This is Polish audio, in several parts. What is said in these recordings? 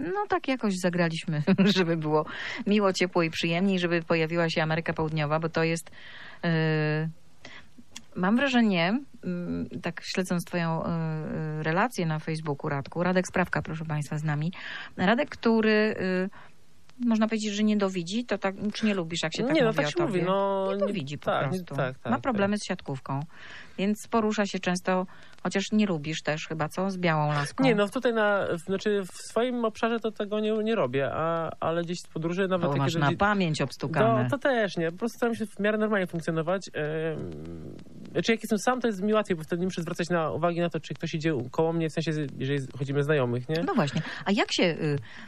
no tak jakoś zagraliśmy, żeby było miło, ciepło i przyjemniej, żeby pojawiła się Ameryka Południowa, bo to jest... Mam wrażenie, tak śledząc twoją relację na Facebooku, Radku, Radek Sprawka, proszę państwa, z nami. Radek, który... Można powiedzieć, że nie dowidzi, to tak, czy nie lubisz, jak się tak nie, mówi tak o się tobie? mówi, no, nie dowidzi po tak, prostu. tak, Ma problemy z siatkówką, więc porusza się często, chociaż nie lubisz też chyba, co? Z białą laską. Nie, no tutaj w swoim obszarze to tego nie robię, ale gdzieś z podróży nawet... Bo masz na pamięć obstukane. No, to też nie, po prostu staram się w miarę normalnie funkcjonować. Znaczy jak jestem sam, to jest mi łatwiej, bo wtedy nie muszę zwracać uwagi na to, czy ktoś idzie koło mnie, w sensie, jeżeli chodzimy znajomych, nie? No właśnie, a jak się...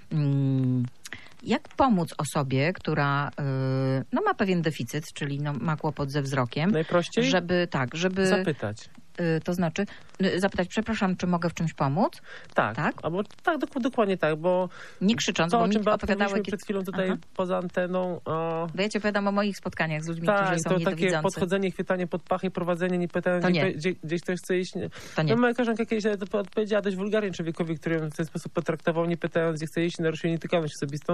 Jak pomóc osobie, która no, ma pewien deficyt, czyli no, ma kłopot ze wzrokiem? Najprościej? Żeby zapytać. To znaczy zapytać, przepraszam, czy mogę w czymś pomóc? Tak, tak? Albo tak, dokładnie tak, bo... Nie krzycząc, to, bo o czym mi opowiadały... przed chwilą tutaj poza anteną... Bo ja ci opowiadam o moich spotkaniach z ludźmi, tak, którzy są to niedowidzący. takie podchodzenie, chwytanie pod pachy, prowadzenie, nie pytając, gdzieś ktoś chce iść. To nie. No, moja koleżanka kiedyś odpowiedziała dość wulgarnie człowiekowi, który w ten sposób potraktował, nie pytając, gdzie chce iść, naruszył nietykalność osobistą.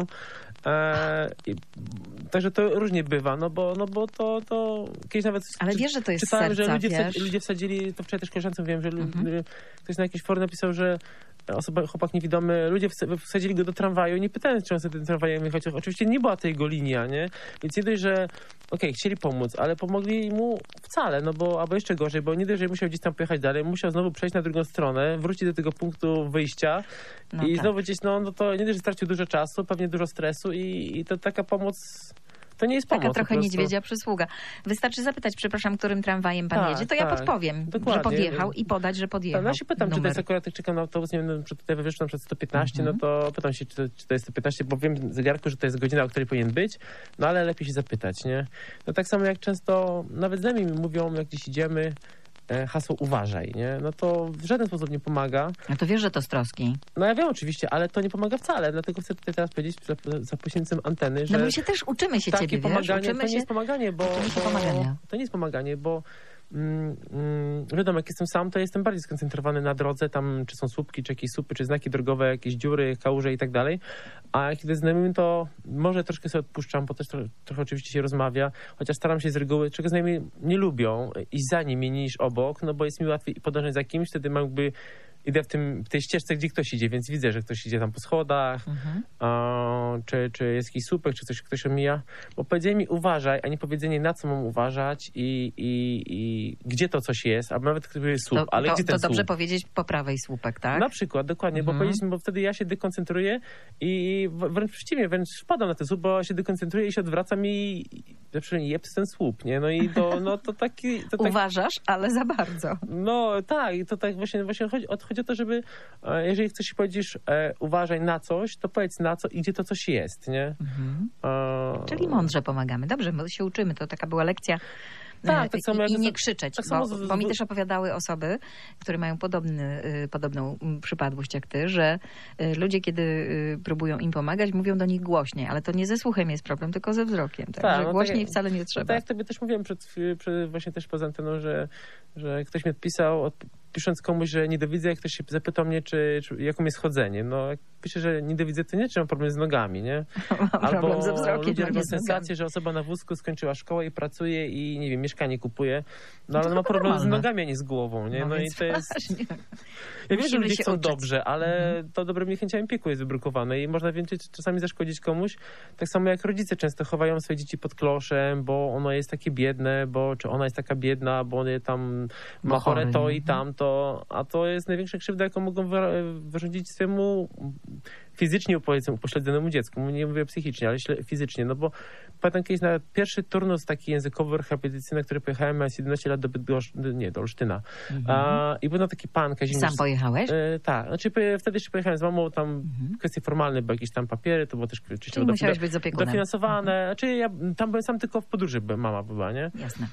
Także to różnie bywa, no bo to kiedyś nawet... Ale wiesz, że to jest czytałem, serca, że ludzie wsadzili, to wczoraj też koleżance wiem, że ktoś na jakiś forum napisał, że chłopak niewidomy, ludzie wsadzili go do tramwaju, nie pytając, czy on sobie tym tramwajem jechać. Oczywiście nie była to jego linia, nie? Więc nie dość, że chcieli pomóc, ale pomogli mu wcale, no bo, albo jeszcze gorzej, bo nie dość, że musiał gdzieś tam pojechać dalej, musiał znowu przejść na drugą stronę, wrócić do tego punktu wyjścia i znowu gdzieś, no to nie dość, że stracił dużo czasu, pewnie dużo stresu i to taka pomoc... To nie jest pomoc. Taka trochę niedźwiedzia przysługa. Wystarczy zapytać, przepraszam, którym tramwajem pan jedzie, to ja podpowiem, że podjechał i podać, że podjechał. No ja się pytam, czy to jest akurat, jak czekam na autobus, nie wiem, czy tutaj wywieszczam przed 115, no to pytam się, czy to jest 115, bo wiem z zegarku, że to jest godzina, o której powinien być, no ale lepiej się zapytać, nie? No tak samo jak często, nawet z nami mi mówią, jak gdzieś idziemy, hasło uważaj, nie? No to w żaden sposób nie pomaga. No to wiesz, że to z troski. No ja wiem oczywiście, ale to nie pomaga wcale, dlatego chcę tutaj teraz powiedzieć za pośrednictwem anteny, że... No my się też uczymy się takie ciebie, pomaganie, wiesz? to nie jest pomaganie, bo... To nie jest pomaganie, bo wiadomo, jak jestem sam, to jestem bardziej skoncentrowany na drodze, tam czy są słupki, czy jakieś słupy, czy znaki drogowe, jakieś dziury, kałuże i tak dalej. A jak kiedy znajomym, to może troszkę sobie odpuszczam, bo też trochę oczywiście się rozmawia, chociaż staram się z reguły, czego znajomi nie lubią, iść za nimi niż obok, no bo jest mi łatwiej podążać za kimś, wtedy mam jakby idę w tej ścieżce, gdzie ktoś idzie, więc widzę, że ktoś idzie tam po schodach, czy jest jakiś słupek, czy ktoś omija. Bo powiedzenie mi uważaj, a nie powiedzenie na co mam uważać i gdzie to coś jest, albo nawet gdyby jest słup, ale gdzie ten słup? To dobrze powiedzieć po prawej słupek, tak? Na przykład, dokładnie, bo powiedzieliśmy, bo wtedy ja się dekoncentruję i wręcz przeciwnie, wręcz wpadam na ten słup, bo się dekoncentruję i się odwracam i jeb ten słup, nie? No i to taki... Uważasz, ale za bardzo. No tak, i to tak właśnie chodzi o to, żeby jeżeli chcesz powiedzieć uważaj na coś, to powiedz na co i gdzie to coś jest, nie? Czyli mądrze pomagamy. Dobrze, my się uczymy. To taka była lekcja. Tak, tak samo I nie krzyczeć, bo mi też opowiadały osoby, które mają podobną przypadłość jak ty, że ludzie, kiedy próbują im pomagać, mówią do nich głośniej, ale to nie ze słuchem jest problem, tylko ze wzrokiem. Także głośniej wcale nie trzeba. Tak jak tobie też mówiłem właśnie też poza anteną, że ktoś mi odpisał, pisząc komuś, że nie dowidzę, jak ktoś się zapytał mnie, czy jaką jest chodzenie. No jak piszę, że nie dowidzę, to nie, czy mam problem z nogami, nie? Mam problem ze wzrokiem, ludzie robią sensację, że osoba na wózku skończyła szkołę i pracuje i nie wiem, mieszkanie kupuje, no ale ma problem z nogami, a nie z głową, nie? No i to jest... Ja wiem, że ludzie chcą dobrze, ale to dobrymi chęciami piekło jest wybrukowane i można więcej czasami zaszkodzić komuś. Tak samo jak rodzice często chowają swoje dzieci pod kloszem, bo ono jest takie biedne, czy ona jest taka biedna, bo on je tam ma chore to i tamto, a to jest największa krzywda, jaką mogą wyrządzić swemu fizycznie upośledzonemu dziecku. Nie mówię psychicznie, ale fizycznie, no bo pamiętam kiedyś na pierwszy turnus taki językowy, rehabilitacyjny, na który pojechałem, mając 17 lat do Olsztyna. I był tam taki pan Kazimierz. Sam pojechałeś? Tak, znaczy wtedy jeszcze pojechałem z mamą, tam kwestie formalne, bo jakieś tam papiery, to było też czyli musiałeś być z opiekunem. Dofinansowane. Znaczy ja tam byłem sam tylko w podróży, mama była, nie? Jasne.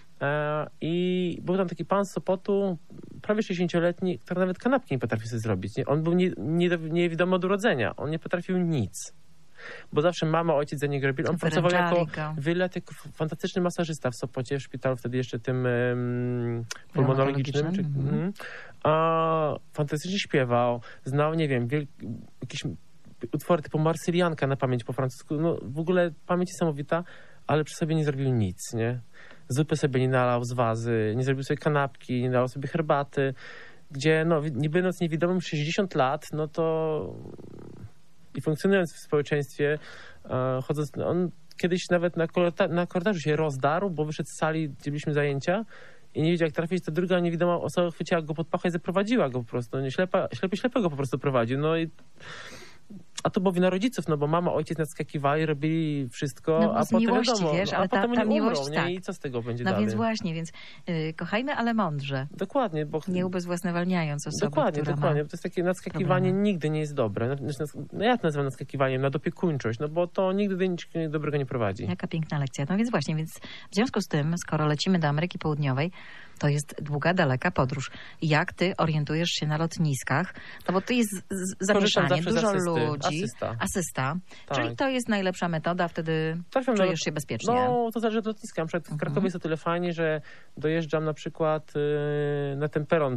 I był tam taki pan z Sopotu, prawie 60-letni, który nawet kanapki nie potrafił sobie zrobić. Nie? On był niewidomy od urodzenia. On nie potrafił nic. Bo zawsze mama, ojciec za niego robili. On pracował jako fantastyczny masażysta w Sopocie, w szpitalu wtedy jeszcze tym pulmonologicznym. Fantastycznie śpiewał, znał, nie wiem, jakieś utwory typu Marsylianka na pamięć po francusku. No w ogóle pamięć niesamowita, ale przy sobie nie zrobił nic, nie? Zupy sobie nie nalał z wazy, nie zrobił sobie kanapki, nie dał sobie herbaty, gdzie no nie będąc niewidomym 60 lat, no to i funkcjonując w społeczeństwie, chodząc, on kiedyś nawet na korytarzu się rozdarł, bo wyszedł z sali, gdzie byliśmy zajęcia i nie wiedział jak trafić, to druga niewidoma osoba chwyciła go pod pachę i zaprowadziła go po prostu. Nie, ślepego po prostu prowadził. No i a to było wina rodziców, no bo mama, ojciec nadskakiwali, robili wszystko, no, a potem miłości, wiadomo, wiesz, ale a potem ta oni miłość, umrą, tak. nie? I co z tego będzie no dalej? Więc właśnie, więc kochajmy, ale mądrze. Dokładnie, bo... Nie ubezwłasnowalniając osoby, Dokładnie, która dokładnie. To jest takie nadskakiwanie problemy. nigdy nie jest dobre. No ja to nazywam nadskakiwaniem, nadopiekuńczość, no bo to nigdy do niczego dobrego nie prowadzi. Jaka piękna lekcja. No więc właśnie, więc w związku z tym, skoro lecimy do Ameryki Południowej, to jest długa, daleka podróż. Jak ty orientujesz się na lotniskach? No bo to jest zamieszanie, dużo ludzi. Asysta. Tak. Czyli to jest najlepsza metoda, wtedy czujesz się bezpiecznie. No, to zależy od lotniska. Na przykład w Krakowie jest o tyle fajnie, że dojeżdżam na przykład na ten peron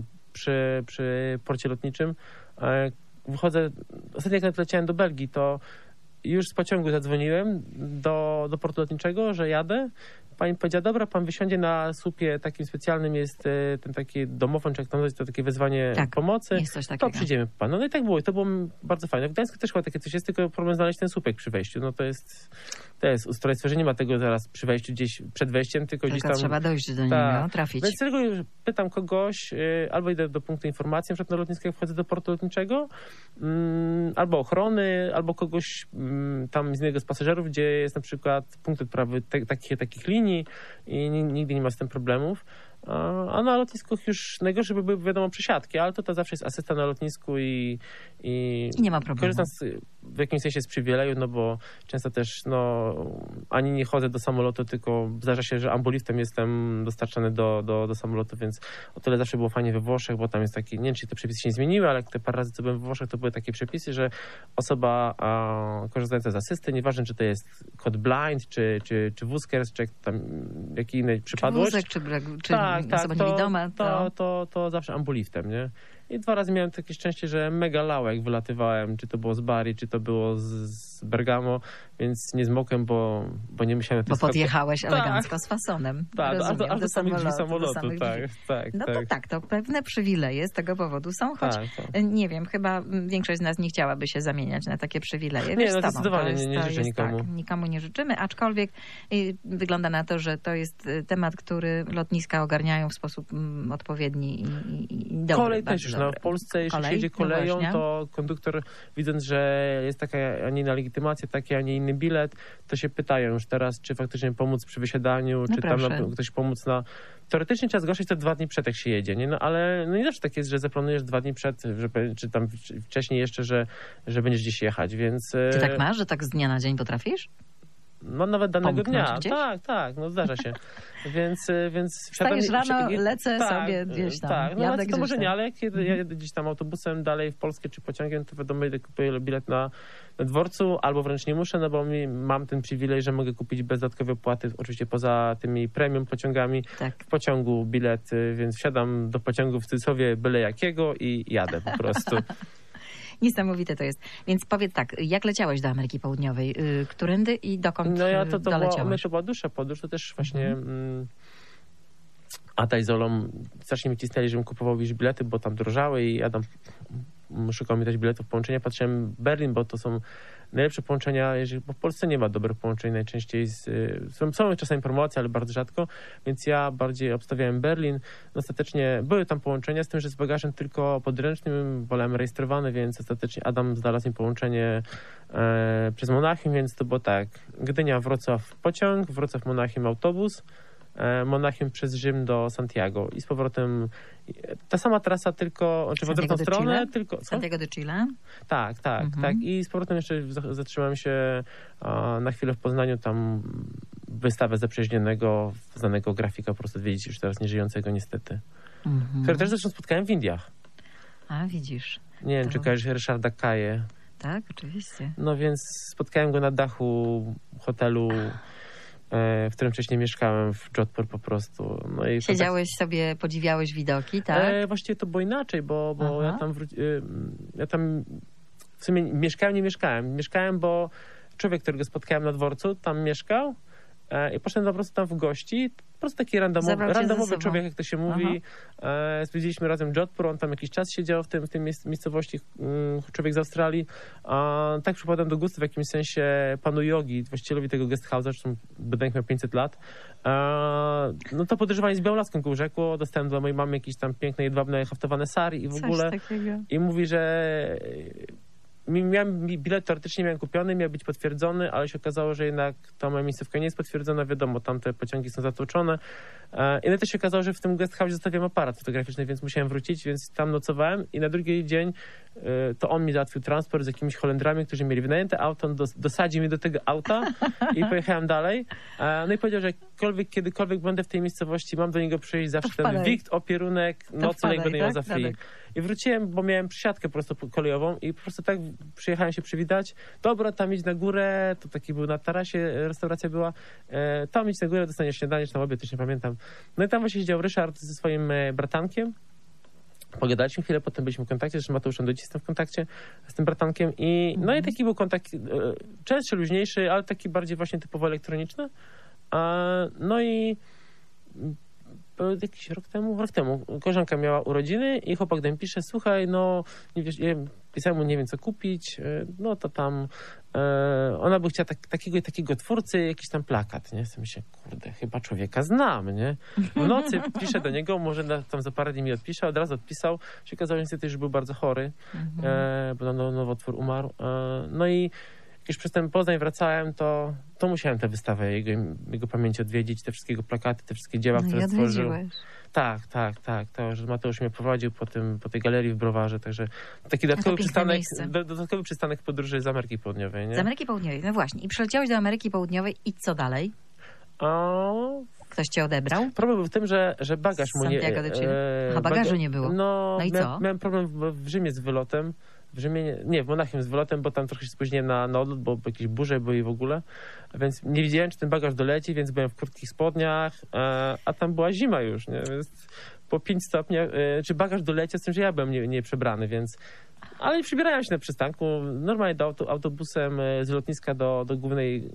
przy porcie lotniczym. Wychodzę, ostatnio jak leciałem do Belgii, to już z pociągu zadzwoniłem do portu lotniczego, że jadę. Pani powiedziała, dobra, pan wysiądzie na słupie takim specjalnym, jest ten taki domofon, czy jak tam to takie wezwanie pomocy. Jest coś takiego. To przyjdziemy po panu. No i tak było. I to było bardzo fajne. W Gdańsku też chyba takie coś jest, tylko problem znaleźć ten słupek przy wejściu. No to jest ustrojstwo, że nie ma tego zaraz przy wejściu gdzieś przed wejściem, tylko gdzieś tam... trzeba dojść do niego, trafić. Więc tylko pytam kogoś, albo idę do punktu informacji, na przykład na lotnisku, jak wchodzę do portu lotniczego, albo ochrony, albo kogoś tam z innego z pasażerów, gdzie jest na przykład punkt odprawy takich linii i nigdy nie ma z tym problemów. A na lotnisku już najgorsze by były, wiadomo, przesiadki, ale to zawsze jest asysta na lotnisku i nie ma problemu. Korzystam w jakimś sensie z przywileju, no bo często też ani nie chodzę do samolotu, tylko zdarza się, że ambuliftem jestem dostarczany do samolotu, więc o tyle zawsze było fajnie we Włoszech, bo tam jest taki, nie wiem, czy te przepisy się nie zmieniły, ale te parę razy, co byłem we Włoszech, to były takie przepisy, że osoba korzystająca z asysty, nieważne, czy to jest kod blind, czy wózkers, czy tam jakiej innej przypadłość. Czy wózek, czy osoba niewidoma. To zawsze ambuliftem, nie? I 2 razy miałem takie szczęście, że mega lało, jak wylatywałem, czy to było z Bari, czy to było z Bergamo, więc nie zmokłem, bo nie myślałem... Bo podjechałeś elegancko z fasonem. Tak, aż do samych drzwi samolotu. Tak. No to tak, to pewne przywileje z tego powodu są, choć nie wiem, chyba większość z nas nie chciałaby się zamieniać na takie przywileje. Nie, zdecydowanie nie życzę nikomu. Tak, nikomu nie życzymy, aczkolwiek wygląda na to, że to jest temat, który lotniska ogarniają w sposób odpowiedni i dobry. Kolej też już. W Polsce, jeśli się jedzie koleją, to konduktor, widząc, że jest taka, a nie inna legitymacja, taki, a nie inny bilet, to się pytają już teraz, czy faktycznie pomóc przy wysiadaniu, czy tam ktoś pomóc na... Teoretycznie trzeba zgłaszać to 2 dni przed, jak się jedzie, nie? No ale nie zawsze tak jest, że zaplanujesz 2 dni przed, czy tam wcześniej jeszcze, że będziesz gdzieś jechać, więc... Ty tak masz, że tak z dnia na dzień potrafisz? No nawet danego dnia. Tak, no zdarza się. Więc wstajesz rano, lecę sobie gdzieś tam. Tak, no to może nie, ale kiedy jadę gdzieś tam autobusem dalej w Polskę czy pociągiem, to wiadomo, idę kupuję bilet na dworcu, albo wręcz nie muszę, no bo mam ten przywilej, że mogę kupić bez dodatkowej opłaty, oczywiście poza tymi premium pociągami, w pociągu bilet, więc wsiadam do pociągu w cudzysłowie byle jakiego i jadę po prostu. Niesamowite to jest. Więc powiedz tak, jak leciałeś do Ameryki Południowej? Którędy i dokąd doleciałeś? To była dłuższa podróż, to też właśnie Ada i Zolą strasznie mi cisnęli, żebym kupował już bilety, bo tam drożały i Adam szukał mi też biletów połączenia. Patrzyłem Berlin, bo to są najlepsze połączenia, bo w Polsce nie ma dobrych połączeń najczęściej. Są czasami promocje, ale bardzo rzadko, więc ja bardziej obstawiałem Berlin. Ostatecznie były tam połączenia, z tym, że z bagażem tylko podręcznym, wolałem rejestrowany, więc ostatecznie Adam znalazł mi połączenie przez Monachium, więc to było tak, Gdynia, Wrocław pociąg, Wrocław, Monachium autobus, Monachium przez Rzym do Santiago i z powrotem ta sama trasa, tylko czy w odwrotną stronę, tylko... Santiago de Chile? Tak. I z powrotem jeszcze zatrzymałem się na chwilę w Poznaniu, tam wystawę zaprzyjaźnionego, znanego grafika, po prostu wiedzieć już teraz nieżyjącego niestety, który też zresztą spotkałem w Indiach. A, widzisz. Nie wiem, czy kojarzysz Ryszarda Kaję. Tak, oczywiście. No więc spotkałem go na dachu hotelu, w którym wcześniej mieszkałem, w Jodhpur po prostu. No i siedziałeś sobie, podziwiałeś widoki, tak? Właściwie to było inaczej, bo ja tam w sumie nie mieszkałem. Mieszkałem, bo człowiek, którego spotkałem na dworcu, tam mieszkał i poszedłem po prostu tam w gości. Po prostu taki randomowy człowiek, jak to się mówi. Spędziliśmy razem Jodhpur, on tam jakiś czas siedział w tej miejscowości, człowiek z Australii. Tak przypadłem do gustu w jakimś sensie panu Yogi, właścicielowi tego guest house'a, zresztą budynek miał 500 lat. No to podróżowanie z białą laską ku rzekło. Dostałem dla mojej mamy jakieś tam piękne, jedwabne, haftowane sari i w ogóle. I mówi, że miałem bilet, teoretycznie miałem kupiony, miał być potwierdzony, ale się okazało, że jednak ta moja miejscówka nie jest potwierdzona, wiadomo, tam te pociągi są zatłoczone. I też się okazało, że w tym guest house zostawiam aparat fotograficzny, więc musiałem wrócić, więc tam nocowałem i na drugi dzień to on mi załatwił transport z jakimiś Holendrami, którzy mieli wynajęte auto, on dosadził mnie do tego auta i pojechałem dalej. No i powiedział, że kiedykolwiek będę w tej miejscowości, mam do niego przyjść zawsze ten wikt, opierunek, nocleg będę miał za free. I wróciłem, bo miałem przysiadkę po prostu kolejową i po prostu tak przyjechałem się przywitać. Dobra, tam idź na górę, to taki był na tarasie, restauracja była. Tam idź na górę, dostaniesz śniadanie, czy tam obiad, też nie pamiętam. No i tam właśnie siedział Ryszard ze swoim bratankiem. Pogadaliśmy chwilę, potem byliśmy w kontakcie, zresztą Mateuszem do dziś jestem w kontakcie z tym bratankiem. No i taki był kontakt częstszy, luźniejszy, ale taki bardziej właśnie typowo elektroniczny. No i jakiś rok temu koleżanka miała urodziny i chłopak do mnie pisze, słuchaj, no nie wiesz, pisałem mu, nie wiem co kupić, no to tam ona by chciała takiego i takiego twórcy, jakiś tam plakat, nie? Ja myślę, kurde, chyba człowieka znam, nie? W nocy piszę do niego, może tam za parę dni mi odpisze, od razu odpisał, się okazało, że niestety już był bardzo chory, bo na nowotwór umarł, no i jak już przez ten Poznań wracałem, to musiałem tę wystawę jego pamięci odwiedzić, te wszystkie plakaty, te wszystkie dzieła, które stworzył. Tak. To, że Mateusz mnie prowadził po tej galerii w Browarze, także taki dodatkowy przystanek podróży z Ameryki Południowej. Nie? Z Ameryki Południowej, no właśnie. I przyleciałeś do Ameryki Południowej i co dalej? Ktoś cię odebrał? Problem był w tym, że bagaż mój nie... Santiago de Chile? Bagażu nie było. No i co? Miałem problem w Rzymie z wylotem. W Monachium z wylotem, bo tam trochę się spóźniłem na odlot, bo jakieś burze były w ogóle, więc nie wiedziałem, czy ten bagaż doleci, więc byłem w krótkich spodniach, a tam była zima już, nie? Więc po 5 stopniach, czy bagaż doleciał, z tym, że ja byłem nie przebrany, więc... Ale przybierałem się na przystanku, normalnie autobusem z lotniska do głównej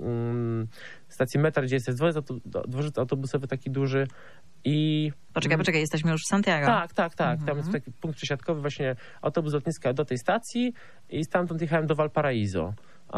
stacji metra, gdzie jest dworzec autobusowy taki duży i... Poczekaj, jesteśmy już w Santiago. Tak. Tam jest taki punkt przesiadkowy, właśnie autobus z lotniska do tej stacji i stamtąd jechałem do Valparaiso.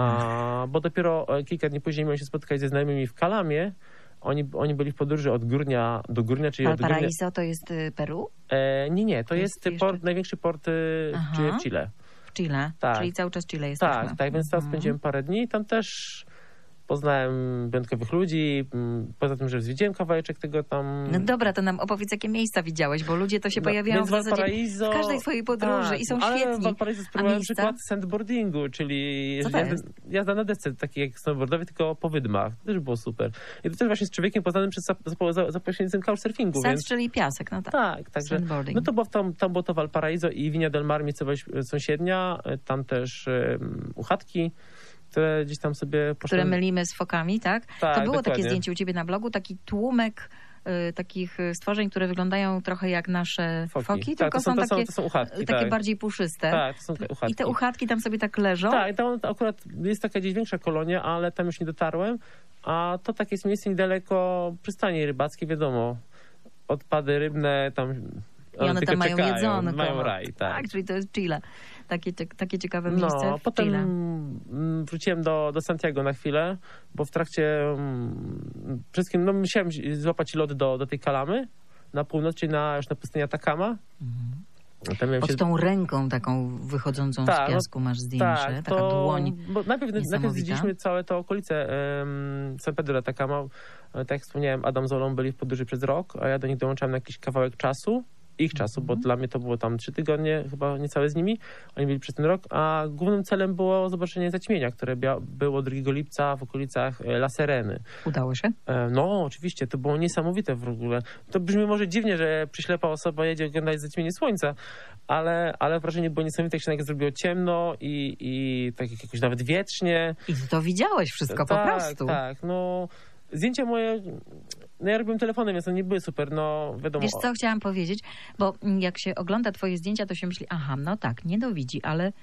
Bo dopiero kilka dni później miałem się spotkać ze znajomymi w Kalamie. Oni byli w podróży od Górnia do Górnia, czyli Valparaiso to jest Peru? Nie, to jest największy port w Chile. W Chile, tak. Czyli cały czas Chile jesteśmy. Tak, więc tam spędziłem parę dni. Tam też poznałem wyjątkowych ludzi, poza tym, że zwiedziłem kawałeczek tego tam... No dobra, to nam opowiedz, jakie miejsca widziałeś, bo ludzie to się pojawiają w zasadzie w każdej swojej podróży i są świetni. Ale w Valparaiso spróbowałem przykład sandboardingu, czyli jazda na desce, takiej jak snowboardowej, tylko po wydmach. To też było super. I to też właśnie z człowiekiem poznanym za pośrednictwem couchsurfingu. Sand, czyli piasek, no tak. Tak, także no to było tam było to Valparaiso i Viña del Mar, miejscowość sąsiednia, tam też chatki, które gdzieś tam sobie Które mylimy z fokami, tak? Tak, to było dokładnie. takie zdjęcie u ciebie na blogu, taki tłumek takich stworzeń, które wyglądają trochę jak nasze foki, tylko to są uchatki, takie bardziej puszyste. Tak, to są uchatki. I te uchatki tam sobie tak leżą? Tak, tam akurat jest taka gdzieś większa kolonia, ale tam już nie dotarłem, a to takie jest miejsce niedaleko przystani rybackiej, wiadomo, odpady rybne tam... I one tam mają jedzonko. Mają raj, tak, czyli to jest Chile. Takie ciekawe miejsce w potem Chile. Wróciłem do Santiago na chwilę, bo w trakcie wszystkim, musiałem złapać lot do tej Kalamy na północ, czyli już na pustynię Atacama. Pod tą ręką taką wychodzącą z piasku masz zdjęcie, taka dłoń. Bo najpierw zwiedziliśmy całe to okolice San Pedro de Atacama. Tak jak wspomniałem, Adam z Olą byli w podróży przez rok, a ja do nich dołączałem na jakiś kawałek czasu. Bo dla mnie to było tam 3 tygodnie, chyba niecałe z nimi. Oni byli przez ten rok, a głównym celem było zobaczenie zaćmienia, które było 2 lipca w okolicach La Sereny. Udało się? No, oczywiście, to było niesamowite w ogóle. To brzmi może dziwnie, że przyślepa osoba jedzie oglądać zaćmienie słońca, ale wrażenie było niesamowite, jak się nagle zrobiło ciemno i tak jakoś nawet wietrznie. I ty to widziałeś wszystko po prostu. Tak, no... Zdjęcia moje, ja robiłem telefonem, więc one nie były super, wiadomo. Wiesz co chciałam powiedzieć? Bo jak się ogląda twoje zdjęcia, to się myśli, no tak, nie dowidzi,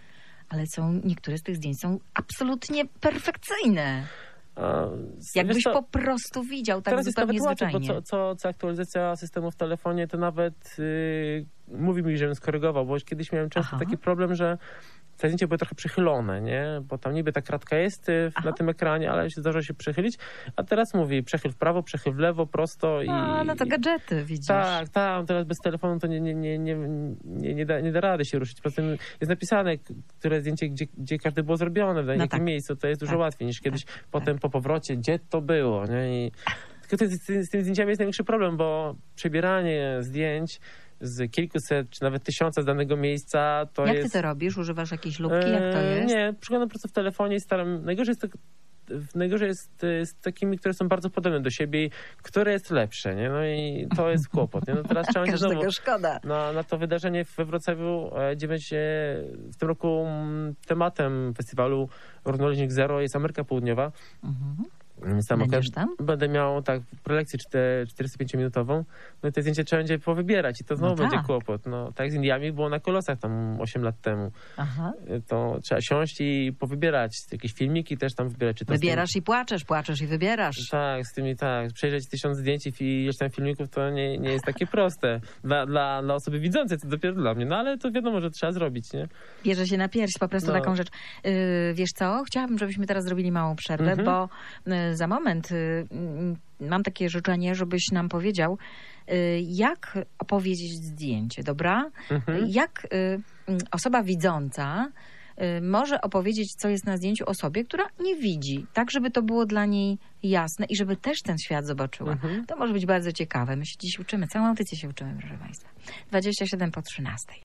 Ale niektóre z tych zdjęć są absolutnie perfekcyjne. Jakbyś po prostu widział tak zupełnie zwyczajnie. Bo co aktualizacja systemu w telefonie, to nawet mówi mi, żebym skorygował, bo kiedyś miałem często taki problem, że te zdjęcia były trochę przychylone, nie? Bo tam niby ta kratka jest na tym ekranie, ale się zdarza się przechylić, a teraz mówi przechyl w prawo, przechyl w lewo, prosto i... no to gadżety, widzisz. Tak, teraz bez telefonu to nie da rady się ruszyć. Poza tym jest napisane, które zdjęcie, gdzie każde było zrobione, w jakim miejscu, to jest dużo łatwiej niż kiedyś potem po powrocie, gdzie to było, nie? Tylko z tymi zdjęciami jest największy problem, bo przebieranie zdjęć z kilkuset, czy nawet 1000 z danego miejsca, to jak jest... Jak ty to robisz? Używasz jakiejś lupki? Jak to jest? Nie, przyglądam po prostu w telefonie i staram... Najgorzej jest z takimi, które są bardzo podobne do siebie i które jest lepsze, nie? No i to jest kłopot, nie? No teraz trzeba się znowu szkoda. Na to wydarzenie we Wrocławiu, gdzie będzie w tym roku tematem festiwalu Równoleżnik Zero jest Ameryka Południowa. Więc tam będę miał prelekcję 45-minutową, no i te zdjęcia trzeba będzie powybierać i to znowu będzie kłopot. No, tak jak z Indiami było na Kolosach tam 8 lat temu. To trzeba siąść i powybierać jakieś filmiki też tam wybierać. Czy to wybierasz i płaczesz i wybierasz. Tak, przejrzeć 1000 zdjęć i ileś tam filmików to nie jest takie proste. Dla osoby widzącej to dopiero dla mnie, no ale to wiadomo, że trzeba zrobić, nie? Bierze się na pierś po prostu taką rzecz. Wiesz co? Chciałabym, żebyśmy teraz zrobili małą przerwę, bo za moment mam takie życzenie, żebyś nam powiedział, jak opowiedzieć zdjęcie, dobra? Jak osoba widząca może opowiedzieć, co jest na zdjęciu osobie, która nie widzi, tak żeby to było dla niej jasne i żeby też ten świat zobaczyła. To może być bardzo ciekawe. My się dziś uczymy, całą audycję się uczymy, proszę Państwa. 27 po 13.